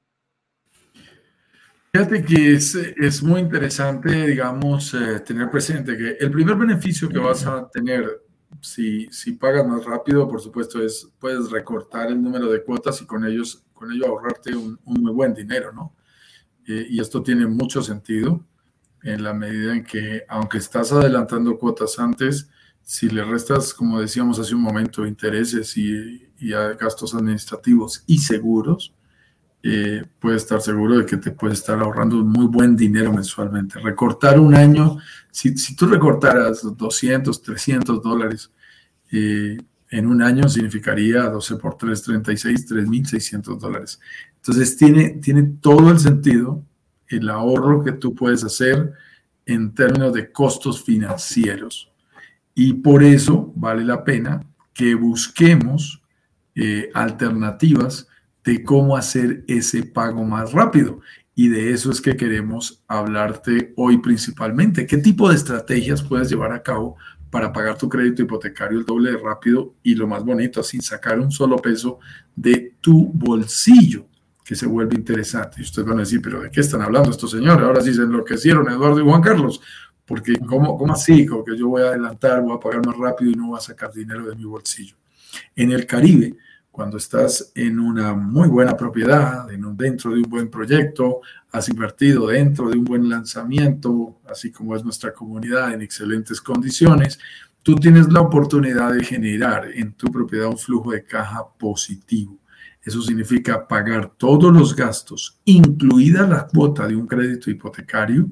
Fíjate que es, es muy interesante, digamos, eh, tener presente que el primer beneficio que vas a tener si, si pagas más rápido, por supuesto, es puedes recortar el número de cuotas y con ellos, con ello ahorrarte un, un muy buen dinero, ¿no? Eh, y esto tiene mucho sentido en la medida en que, aunque estás adelantando cuotas antes, si le restas, como decíamos hace un momento, intereses y, y a gastos administrativos y seguros, eh, puedes estar seguro de que te puedes estar ahorrando muy buen dinero mensualmente. Recortar un año, si, si tú recortaras doscientos, trescientos dólares eh, en un año, significaría doce por tres, treinta y seis, tres mil seiscientos dólares. Entonces tiene, tiene todo el sentido el ahorro que tú puedes hacer en términos de costos financieros. Y por eso vale la pena que busquemos eh, alternativas de cómo hacer ese pago más rápido. Y de eso es que queremos hablarte hoy principalmente. ¿Qué tipo de estrategias puedes llevar a cabo para pagar tu crédito hipotecario el doble de rápido y lo más bonito, sin sacar un solo peso de tu bolsillo, que se vuelve interesante? Y ustedes van a decir, ¿pero de qué están hablando estos señores? Ahora sí se enloquecieron, Eduardo y Juan Carlos. Porque ¿cómo, cómo así? Porque yo voy a adelantar, voy a pagar más rápido y no voy a sacar dinero de mi bolsillo. En el Caribe, cuando estás en una muy buena propiedad, en un, dentro de un buen proyecto, has invertido dentro de un buen lanzamiento, así como es nuestra comunidad, en excelentes condiciones, tú tienes la oportunidad de generar en tu propiedad un flujo de caja positivo. Eso significa pagar todos los gastos, incluida la cuota de un crédito hipotecario,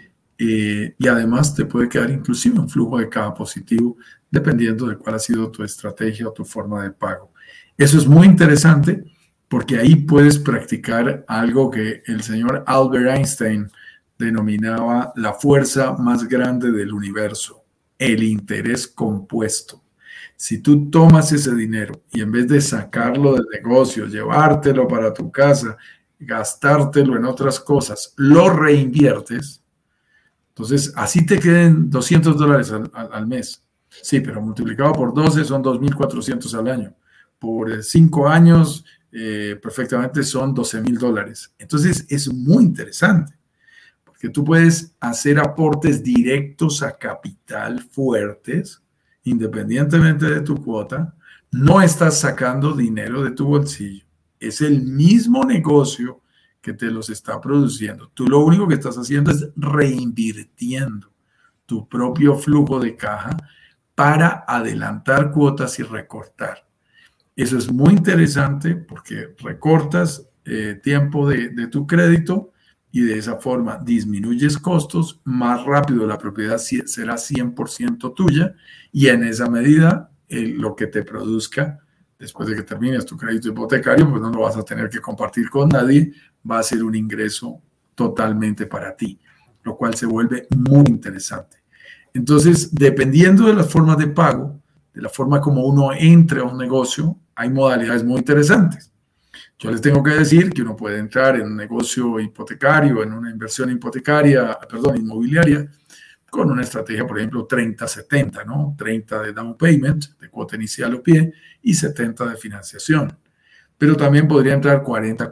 Eh, y además te puede quedar inclusive un flujo de caja positivo dependiendo de cuál ha sido tu estrategia o tu forma de pago. Eso es muy interesante porque ahí puedes practicar algo que el señor Albert Einstein denominaba la fuerza más grande del universo, el interés compuesto. Si tú tomas ese dinero y en vez de sacarlo del negocio, llevártelo para tu casa, gastártelo en otras cosas, lo reinviertes. Entonces, así te queden doscientos dólares al, al, al mes. Sí, pero multiplicado por doce son dos mil cuatrocientos al año. Por cinco años, eh, perfectamente son doce mil dólares. Entonces, es muy interesante, porque tú puedes hacer aportes directos a capital fuertes, independientemente de tu cuota. No estás sacando dinero de tu bolsillo. Es el mismo negocio que te los está produciendo. Tú lo único que estás haciendo es reinvirtiendo tu propio flujo de caja para adelantar cuotas y recortar. Eso es muy interesante porque recortas eh, tiempo de, de tu crédito y de esa forma disminuyes costos, más rápido la propiedad será cien por ciento tuya y en esa medida eh, lo que te produzca después de que termines tu crédito hipotecario, pues no lo vas a tener que compartir con nadie, va a ser un ingreso totalmente para ti, lo cual se vuelve muy interesante. Entonces, dependiendo de las formas de pago, de la forma como uno entra a un negocio, hay modalidades muy interesantes. Yo les tengo que decir que uno puede entrar en un negocio hipotecario, en una inversión hipotecaria, perdón, inmobiliaria, con una estrategia, por ejemplo, treinta setenta, ¿no? treinta de down payment, de cuota inicial o pie, y setenta de financiación. Pero también podría entrar cuarenta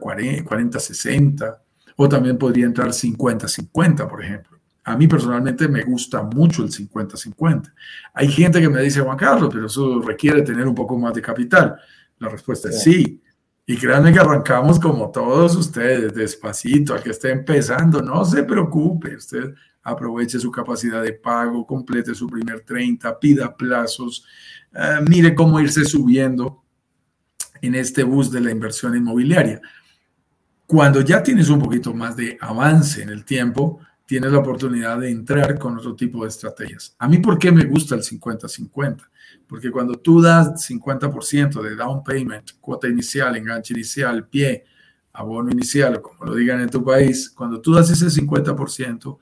sesenta, o también podría entrar cincuenta cincuenta, por ejemplo. A mí personalmente me gusta mucho el cincuenta cincuenta. Hay gente que me dice, Juan Carlos, pero eso requiere tener un poco más de capital. La respuesta es sí. Y créanme que arrancamos como todos ustedes, despacito, al que esté empezando, no se preocupe, usted aproveche su capacidad de pago, complete su primer treinta, pida plazos, uh, mire cómo irse subiendo en este bus de la inversión inmobiliaria. Cuando ya tienes un poquito más de avance en el tiempo, tienes la oportunidad de entrar con otro tipo de estrategias. A mí, ¿por qué me gusta el cincuenta cincuenta? Porque cuando tú das cincuenta por ciento de down payment, cuota inicial, enganche inicial, pie, abono inicial, o como lo digan en tu país, cuando tú das ese cincuenta por ciento,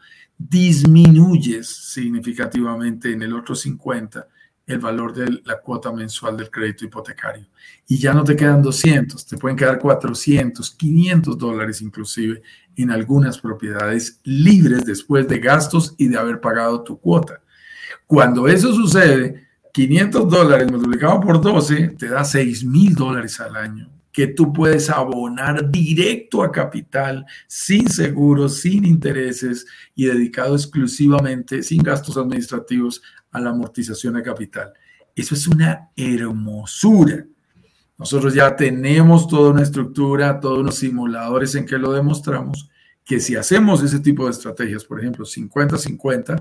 disminuyes significativamente en el otro cincuenta por ciento el valor de la cuota mensual del crédito hipotecario. Y ya no te quedan doscientos, te pueden quedar cuatrocientos, quinientos dólares inclusive en algunas propiedades libres después de gastos y de haber pagado tu cuota. Cuando eso sucede, quinientos dólares multiplicado por doce te da seis mil dólares al año que tú puedes abonar directo a capital, sin seguros, sin intereses y dedicado exclusivamente, sin gastos administrativos, a la amortización a capital. Eso es una hermosura. Nosotros ya tenemos toda una estructura, todos unos simuladores en que lo demostramos, que si hacemos ese tipo de estrategias, por ejemplo, cincuenta cincuenta,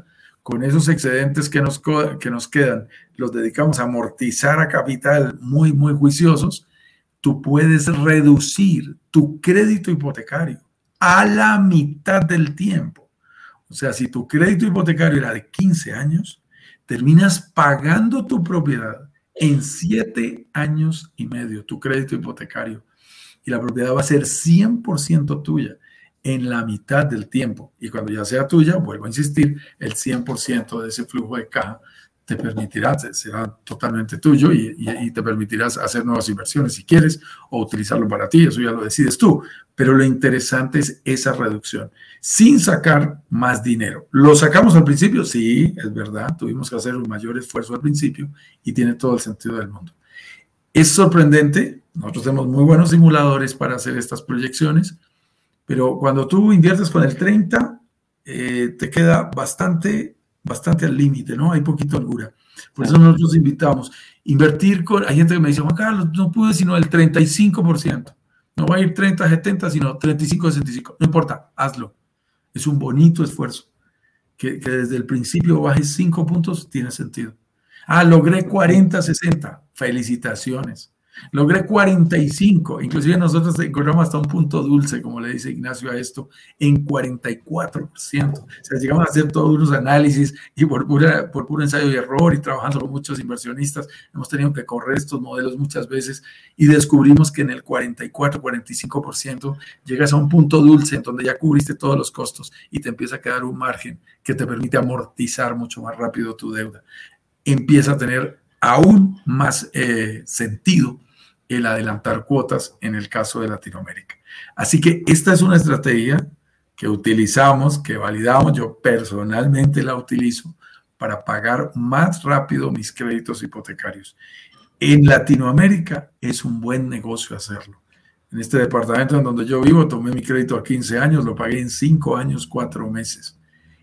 con esos excedentes que nos, que nos quedan, los dedicamos a amortizar a capital muy, muy juiciosos, tú puedes reducir tu crédito hipotecario a la mitad del tiempo. O sea, si tu crédito hipotecario era de quince años, terminas pagando tu propiedad en siete años y medio, tu crédito hipotecario. Y la propiedad va a ser cien por ciento tuya en la mitad del tiempo. Y cuando ya sea tuya, vuelvo a insistir, el cien por ciento de ese flujo de caja te permitirá, será totalmente tuyo y, y, y te permitirás hacer nuevas inversiones si quieres o utilizarlo para ti, eso ya lo decides tú. Pero lo interesante es esa reducción, sin sacar más dinero. ¿Lo sacamos al principio? Sí, es verdad, tuvimos que hacer un mayor esfuerzo al principio y tiene todo el sentido del mundo. Es sorprendente, nosotros tenemos muy buenos simuladores para hacer estas proyecciones, pero cuando tú inviertes con el treinta, eh, te queda bastante, bastante al límite, ¿no? Hay poquito holgura. Por eso nosotros invitamos, invertir con, hay gente que me dice, Juan Carlos, no pude sino el treinta y cinco por ciento. No va a ir treinta, setenta, sino treinta y cinco, sesenta y cinco. No importa, hazlo. Es un bonito esfuerzo. Que, que desde el principio bajes cinco puntos, tiene sentido. Ah, logré cuarenta, sesenta. Felicitaciones. Logré cuarenta y cinco. Inclusive nosotros encontramos hasta un punto dulce, como le dice Ignacio a esto, en cuarenta y cuatro por ciento. O sea, llegamos a hacer todos unos análisis y por, pura, por puro ensayo y error y trabajando con muchos inversionistas, hemos tenido que correr estos modelos muchas veces y descubrimos que en el cuarenta y cuatro, cuarenta y cinco por ciento llegas a un punto dulce en donde ya cubriste todos los costos y te empieza a quedar un margen que te permite amortizar mucho más rápido tu deuda. Empieza a tener aún más eh, sentido el adelantar cuotas en el caso de Latinoamérica. Así que esta es una estrategia que utilizamos, que validamos, yo personalmente la utilizo para pagar más rápido mis créditos hipotecarios. En Latinoamérica es un buen negocio hacerlo. En este departamento en donde yo vivo, tomé mi crédito a quince años, lo pagué en cinco años, cuatro meses.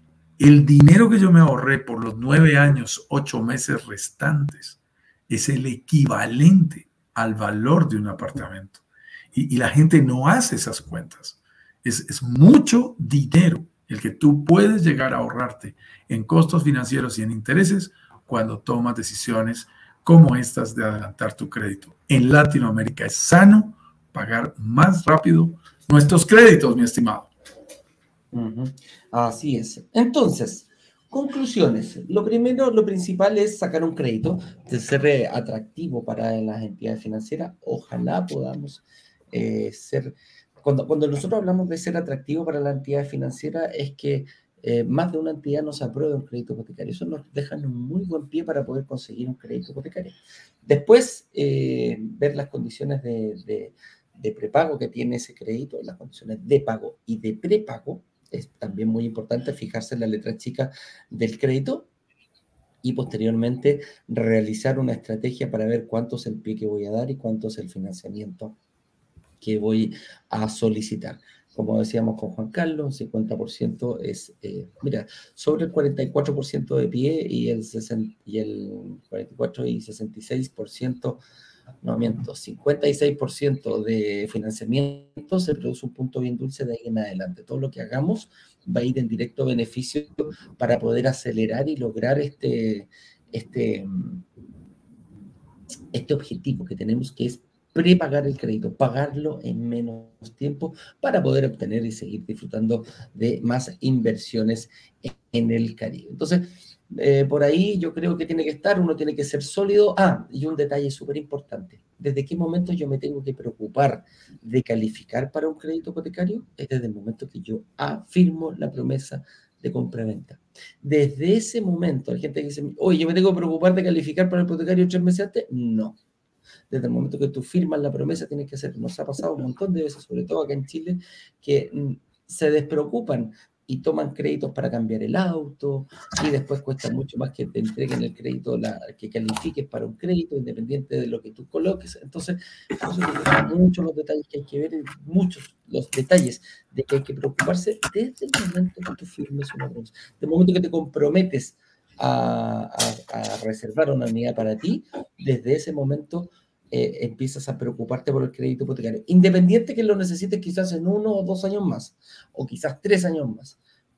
El dinero que yo me ahorré por los nueve años, ocho meses restantes es el equivalente al valor de un apartamento. Y, y la gente no hace esas cuentas. Es, es mucho dinero el que tú puedes llegar a ahorrarte en costos financieros y en intereses cuando tomas decisiones como estas de adelantar tu crédito. En Latinoamérica es sano pagar más rápido nuestros créditos, mi estimado. Uh-huh. Así es. Entonces, conclusiones. Lo primero, lo principal es sacar un crédito, de ser atractivo para las entidades financieras. Ojalá podamos eh, ser... Cuando, cuando nosotros hablamos de ser atractivo para la entidad financiera, es que eh, más de una entidad nos apruebe un crédito hipotecario. Eso nos deja en un muy buen pie para poder conseguir un crédito hipotecario. Después, eh, ver las condiciones de, de, de prepago que tiene ese crédito, las condiciones de pago y de prepago. Es también muy importante fijarse en la letra chica del crédito y posteriormente realizar una estrategia para ver cuánto es el pie que voy a dar y cuánto es el financiamiento que voy a solicitar. Como decíamos con Juan Carlos, cincuenta por ciento es, eh, mira, sobre el cuarenta y cuatro por ciento de pie y el, sesenta, y el cuarenta y cuatro y sesenta y seis por ciento, no miento, cincuenta y seis por ciento de financiamiento se produce un punto bien dulce de ahí en adelante. Todo lo que hagamos va a ir en directo beneficio para poder acelerar y lograr este, este, este objetivo que tenemos, que es prepagar el crédito, pagarlo en menos tiempo para poder obtener y seguir disfrutando de más inversiones en el Caribe. Entonces, eh, por ahí yo creo que tiene que estar, uno tiene que ser sólido. Ah, y un detalle súper importante. ¿Desde qué momento yo me tengo que preocupar de calificar para un crédito hipotecario? Es desde el momento que yo afirmo la promesa de compra-venta. Desde ese momento, hay gente que dice, oye, ¿yo me tengo que preocupar de calificar para el hipotecario tres meses antes? No. Desde el momento que tú firmas la promesa tienes que hacer. Nos ha pasado un montón de veces, sobre todo acá en Chile, que mm, se despreocupan y toman créditos para cambiar el auto y después cuesta mucho más que te entreguen el crédito, la, que califiques para un crédito, independiente de lo que tú coloques. Entonces, por eso son muchos los detalles que hay que ver, muchos los detalles de que hay que preocuparse desde el momento que tú firmes una promesa. Desde el momento que te comprometes a, a, a reservar una unidad para ti, desde ese momento Eh, empiezas a preocuparte por el crédito hipotecario, independiente que lo necesites quizás en uno o dos años más, o quizás tres años más,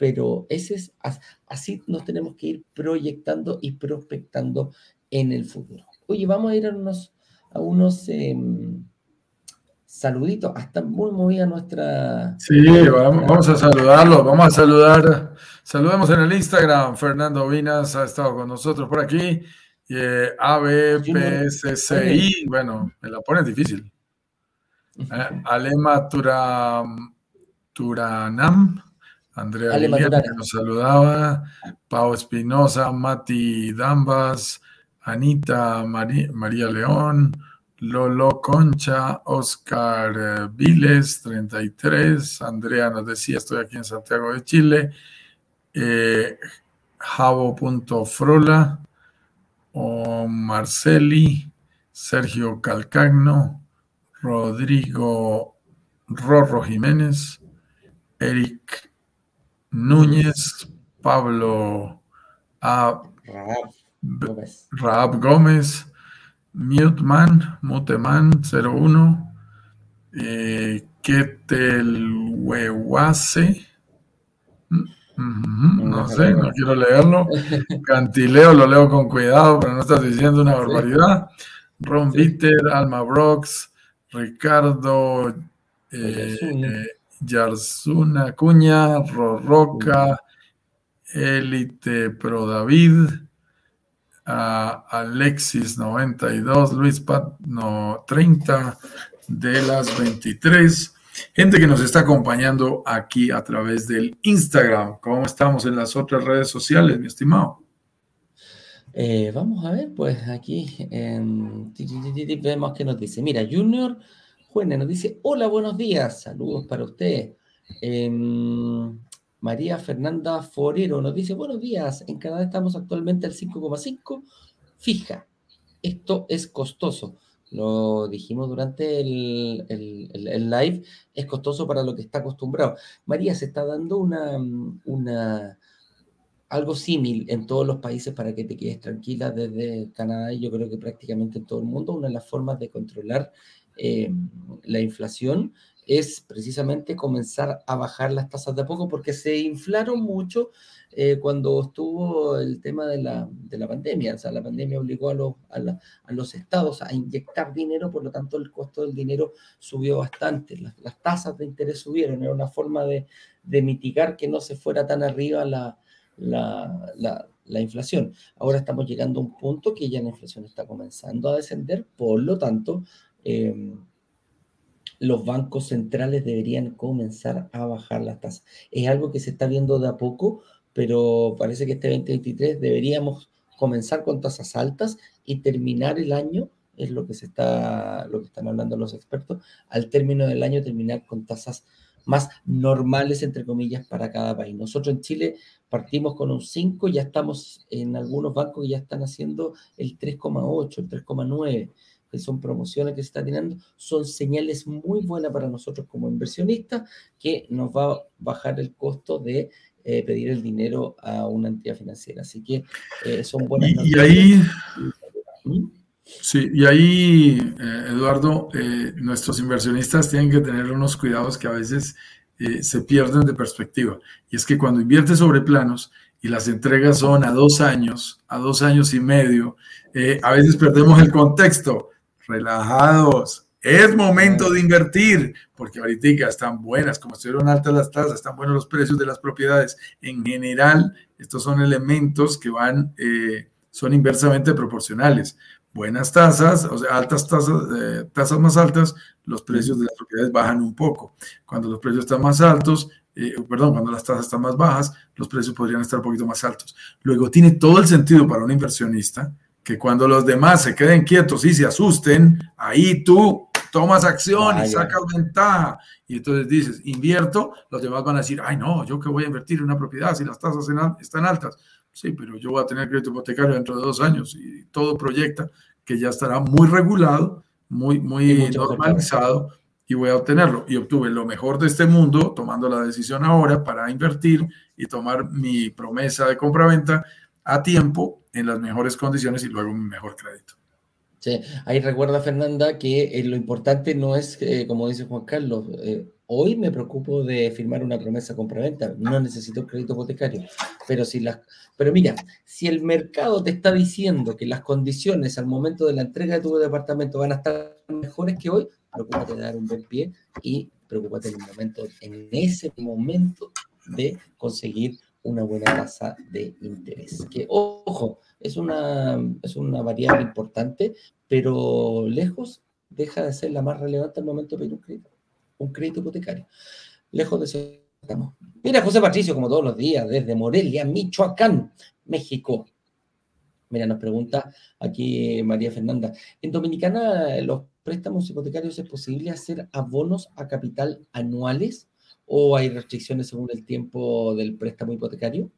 pero ese es, así nos tenemos que ir proyectando y prospectando en el futuro. Oye, vamos a ir a unos, a unos eh, saluditos, hasta muy movida nuestra... Sí, vamos, vamos a saludarlo, vamos a saludar, saludemos en el Instagram, Fernando Vinas ha estado con nosotros por aquí, eh, A B P S C I, bueno, me la pone difícil, eh, Alema Turam, Turanam, Andrea Ale Liliana, Maturana. que nos saludaba, Pau Espinosa, Mati Dambas, Anita Mari, María León, Lolo Concha, Oscar eh, Viles, treinta y tres, Andrea nos decía, estoy aquí en Santiago de Chile, eh, Javo.frola, o Marceli, Sergio Calcagno, Rodrigo Rorro Jiménez, Eric Núñez, Pablo A. Raab Gómez, Raab Gómez, Muteman, Muteman cero uno, eh, Ketelhuehuase, mm, no sé, no quiero leerlo, Cantileo, lo leo con cuidado, pero no estás diciendo una barbaridad, Ron sí. Bitter, Alma Brox, Ricardo eh, Oyarzún, Yarzuna Cuña, Rorroca, Elite Pro David, a Alexis noventa y dos, Luis Pat no, treinta de las veintitrés. Gente que nos está acompañando aquí a través del Instagram. ¿Cómo estamos en las otras redes sociales, mi estimado? Eh, vamos a ver, pues aquí eh, vemos que nos dice. Mira, Junior Juene nos dice: hola, buenos días, saludos para usted. Eh, María Fernanda Forero nos dice: buenos días, en Canadá estamos actualmente al cinco coma cinco fija. Esto es costoso. Lo dijimos durante el, el, el, el live, es costoso para lo que está acostumbrado. María, se está dando una, una algo similar en todos los países para que te quedes tranquila desde Canadá y yo creo que prácticamente en todo el mundo. Una de las formas de controlar eh, la inflación es precisamente comenzar a bajar las tasas de a poco porque se inflaron mucho eh, cuando estuvo el tema de la, de la pandemia. O sea, la pandemia obligó a los, a, la, a los estados a inyectar dinero, por lo tanto el costo del dinero subió bastante. Las, las tasas de interés subieron, era una forma de, de mitigar que no se fuera tan arriba la La, la, la inflación. Ahora estamos llegando a un punto que ya la inflación está comenzando a descender, por lo tanto, eh, los bancos centrales deberían comenzar a bajar las tasas. Es algo que se está viendo de a poco, pero parece que este veinte veintitrés deberíamos comenzar con tasas altas y terminar el año, es lo que se está, lo que están hablando los expertos, al término del año terminar con tasas más normales, entre comillas, para cada país. Nosotros en Chile partimos con un cinco, ya estamos en algunos bancos que ya están haciendo el tres coma ocho, el tres coma nueve, que son promociones que se están teniendo, son señales muy buenas para nosotros como inversionistas, que nos va a bajar el costo de eh, pedir el dinero a una entidad financiera. Así que eh, son buenas Y, noticias. y ahí... ¿Mm? Sí, y ahí, eh, Eduardo, eh, nuestros inversionistas tienen que tener unos cuidados que a veces eh, se pierden de perspectiva. Y es que cuando inviertes sobre planos y las entregas son a dos años, a dos años y medio, eh, a veces perdemos el contexto. Relajados, es momento de invertir, porque ahorita están buenas, como estuvieron altas las tasas, están buenos los precios de las propiedades. En general, estos son elementos que van, eh, son inversamente proporcionales. Buenas tasas, o sea, altas tasas, eh, tasas más altas, los precios de las propiedades bajan un poco. Cuando los precios están más altos, eh, perdón, cuando las tasas están más bajas, los precios podrían estar un poquito más altos. Luego, tiene todo el sentido para un inversionista que cuando los demás se queden quietos y se asusten, ahí tú tomas acción Vaya. y sacas ventaja. Y entonces dices, invierto, los demás van a decir, ay no, yo que voy a invertir en una propiedad si las tasas están altas. Sí, pero yo voy a tener crédito hipotecario dentro de dos años y todo proyecta que ya estará muy regulado, muy, muy normalizado y voy a obtenerlo. Y obtuve lo mejor de este mundo tomando la decisión ahora para invertir y tomar mi promesa de compraventa a tiempo en las mejores condiciones y luego mi mejor crédito. Sí, ahí recuerda Fernanda que eh, lo importante no es, eh, como dice Juan Carlos, eh, hoy me preocupo de firmar una promesa compraventa, no necesito crédito hipotecario, pero si las, pero mira, si el mercado te está diciendo que las condiciones al momento de la entrega de tu departamento van a estar mejores que hoy, preocúpate de dar un buen pie y preocúpate en el momento, en ese momento de conseguir una buena tasa de interés. Que, ojo, es una, es una variable importante, pero lejos deja de ser la más relevante al momento de pedir un crédito, un crédito hipotecario. Lejos de ser estamos. Mira, José Patricio, como todos los días, desde Morelia, Michoacán, México. Mira, nos pregunta aquí María Fernanda. ¿En Dominicana los préstamos hipotecarios es posible hacer abonos a capital anuales o hay restricciones según el tiempo del préstamo hipotecario?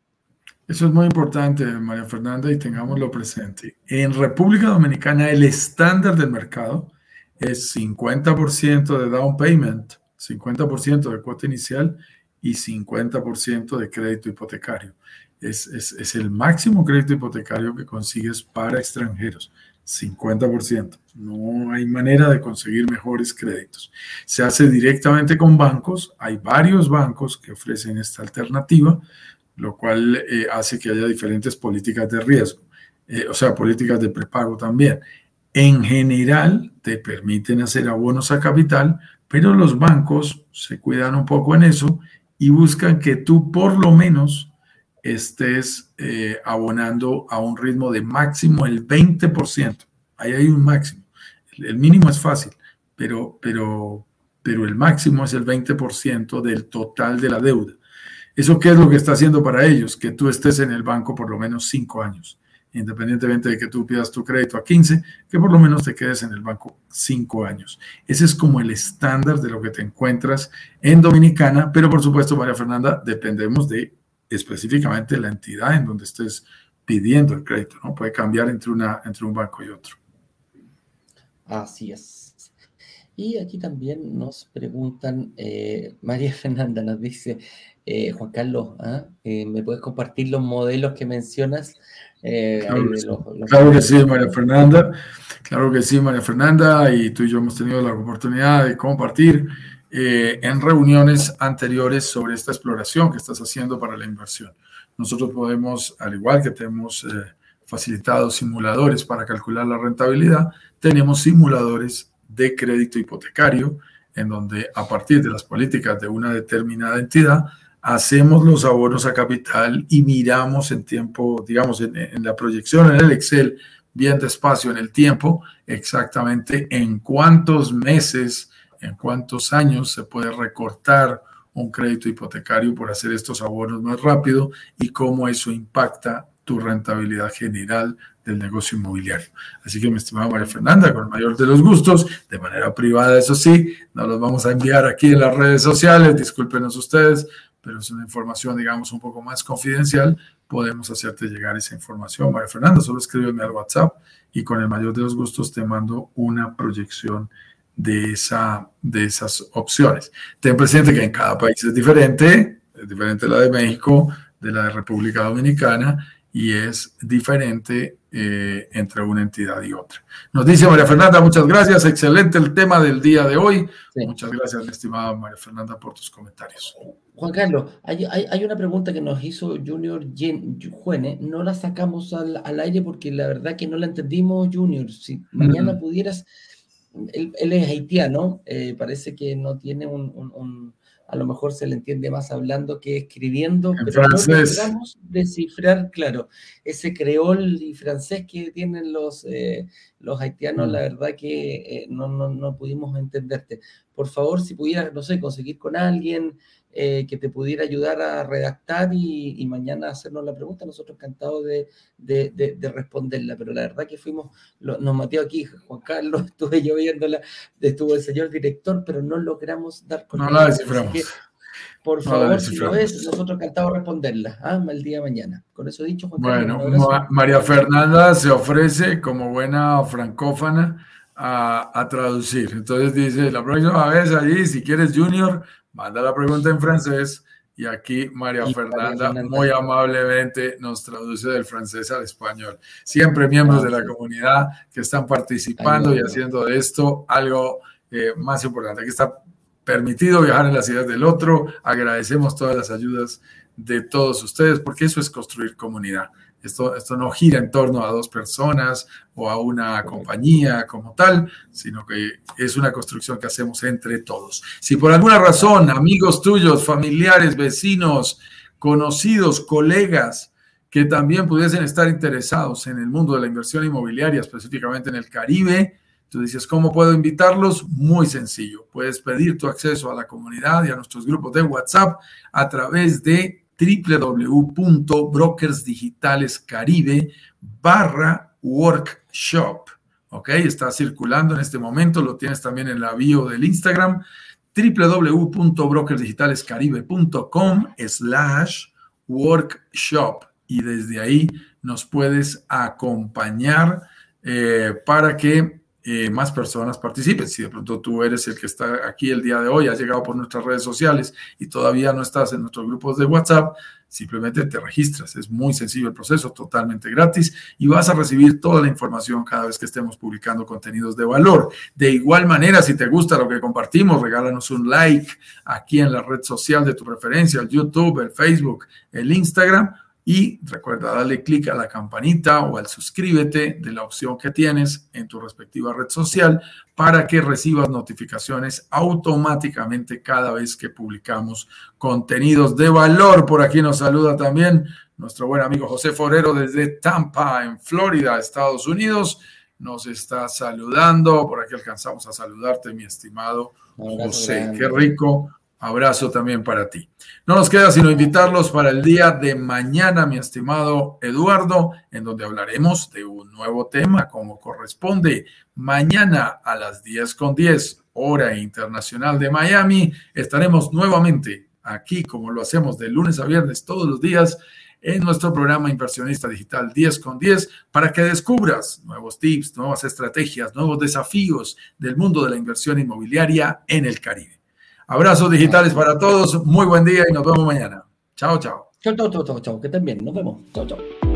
Eso es muy importante, María Fernanda, y tengámoslo presente. En República Dominicana, el estándar del mercado es cincuenta por ciento de down payment, cincuenta por ciento de cuota inicial y cincuenta por ciento de crédito hipotecario. Es, es, es el máximo crédito hipotecario que consigues para extranjeros, cincuenta por ciento. No hay manera de conseguir mejores créditos. Se hace directamente con bancos. Hay varios bancos que ofrecen esta alternativa, lo cual eh, hace que haya diferentes políticas de riesgo, eh, o sea, políticas de prepago también. En general, te permiten hacer abonos a capital, pero los bancos se cuidan un poco en eso y buscan que tú por lo menos estés eh, abonando a un ritmo de máximo el veinte por ciento. Ahí hay un máximo. El, el mínimo es fácil, pero, pero, pero el máximo es el veinte por ciento del total de la deuda. ¿Eso qué es lo que está haciendo para ellos? Que tú estés en el banco por lo menos cinco años, independientemente de que tú pidas tu crédito a quince, que por lo menos te quedes en el banco cinco años. Ese es como el estándar de lo que te encuentras en Dominicana, pero por supuesto, María Fernanda, dependemos de específicamente la entidad en donde estés pidiendo el crédito, ¿no? Puede cambiar entre, una, entre un banco y otro. Así es. Y aquí también nos preguntan, eh, María Fernanda nos dice, eh, Juan Carlos, ¿ah? eh, ¿me puedes compartir los modelos que mencionas? Eh, Claro, que de sí. los, los Claro que sí, María Fernanda. Claro que sí, María Fernanda. Y tú y yo hemos tenido la oportunidad de compartir eh, en reuniones anteriores sobre esta exploración que estás haciendo para la inversión. Nosotros podemos, al igual que tenemos eh, facilitado simuladores para calcular la rentabilidad, tenemos simuladores de crédito hipotecario, en donde a partir de las políticas de una determinada entidad, hacemos los abonos a capital y miramos en tiempo, digamos, en, en la proyección, en el Excel, bien despacio en el tiempo, exactamente en cuántos meses, en cuántos años se puede recortar un crédito hipotecario por hacer estos abonos más rápido y cómo eso impacta tu rentabilidad general del negocio inmobiliario. Así que, mi estimada María Fernanda, con el mayor de los gustos, de manera privada, eso sí, no los vamos a enviar aquí en las redes sociales, discúlpenos ustedes, pero es una información, digamos, un poco más confidencial, podemos hacerte llegar esa información. María Fernanda, solo escríbeme al WhatsApp y con el mayor de los gustos te mando una proyección de, esa, de esas opciones. Ten presente que en cada país es diferente, es diferente la de México, de la de República Dominicana, y es diferente eh, entre una entidad y otra. Nos dice María Fernanda, muchas gracias, excelente el tema del día de hoy. Sí. Muchas gracias, estimada María Fernanda, por tus comentarios. Juan Carlos, hay, hay, hay una pregunta que nos hizo Junior Juene, no la sacamos al, al aire porque la verdad que no la entendimos, Junior. Si mañana mm. pudieras, él, él es haitiano, eh, parece que no tiene un... un, un a lo mejor se le entiende más hablando que escribiendo, en pero francés. No logramos descifrar, claro, ese creol y francés que tienen los, eh, los haitianos, mm. la verdad que eh, no, no, no pudimos entenderte. Por favor, si pudieras, no sé, conseguir con alguien eh, que te pudiera ayudar a redactar y, y mañana hacernos la pregunta, nosotros encantados de, de, de, de responderla, pero la verdad que fuimos, lo, nos metió aquí Juan Carlos, estuve yo viéndola, estuvo el señor director, pero no logramos dar con no ella. la desciframos. Que, por favor, no si lo ves, nosotros encantados de responderla, ¿ah? El día de mañana. Con eso dicho, Juan bueno, Carlos, un abrazo. María Fernanda se ofrece como buena francófona a, a traducir. Entonces dice, la próxima vez allí, si quieres Junior, manda la pregunta en francés Y aquí María Y Fernanda, María muy Fernanda. amablemente nos traduce del francés al español. Siempre miembros Ah, de la sí. comunidad que están participando y Ayudando. haciendo de esto algo eh, más importante. Aquí está permitido viajar en las ideas del otro. Agradecemos todas las ayudas de todos ustedes porque eso es construir comunidad. Esto, esto no gira en torno a dos personas o a una Correcto. compañía como tal, sino que es una construcción que hacemos entre todos. Si por alguna razón, amigos tuyos, familiares, vecinos, conocidos, colegas, que también pudiesen estar interesados en el mundo de la inversión inmobiliaria, específicamente en el Caribe, tú dices, ¿cómo puedo invitarlos? Muy sencillo. Puedes pedir tu acceso a la comunidad y a nuestros grupos de WhatsApp a través de w w w punto brokers digitales caribe barra workshop. ¿Ok? Está circulando en este momento, lo tienes también en la bio del Instagram, w w w punto brokers digitales caribe punto com slash workshop. Y desde ahí nos puedes acompañar eh, para que Eh, más personas participen. Si de pronto tú eres el que está aquí el día de hoy, has llegado por nuestras redes sociales y todavía no estás en nuestros grupos de WhatsApp, simplemente te registras. Es muy sencillo el proceso, totalmente gratis y vas a recibir toda la información cada vez que estemos publicando contenidos de valor. De igual manera, si te gusta lo que compartimos, regálanos un like aquí en la red social de tu preferencia, el YouTube, el Facebook, el Instagram. Y recuerda darle clic a la campanita o al suscríbete de la opción que tienes en tu respectiva red social para que recibas notificaciones automáticamente cada vez que publicamos contenidos de valor. Por aquí nos saluda también nuestro buen amigo José Forero desde Tampa, en Florida, Estados Unidos. Nos está saludando. Por aquí alcanzamos a saludarte, mi estimado José. Qué rico. Abrazo también para ti. No nos queda sino invitarlos para el día de mañana, mi estimado Eduardo, en donde hablaremos de un nuevo tema como corresponde. Mañana a las diez con diez, hora internacional de Miami, estaremos nuevamente aquí, como lo hacemos de lunes a viernes todos los días, en nuestro programa Inversionista Digital diez con diez, para que descubras nuevos tips, nuevas estrategias, nuevos desafíos del mundo de la inversión inmobiliaria en el Caribe. Abrazos digitales para todos, muy buen día y nos vemos mañana. Chao, chao. Chao, chao, chao, chao, chao, que estén bien, nos vemos. Chao, chao.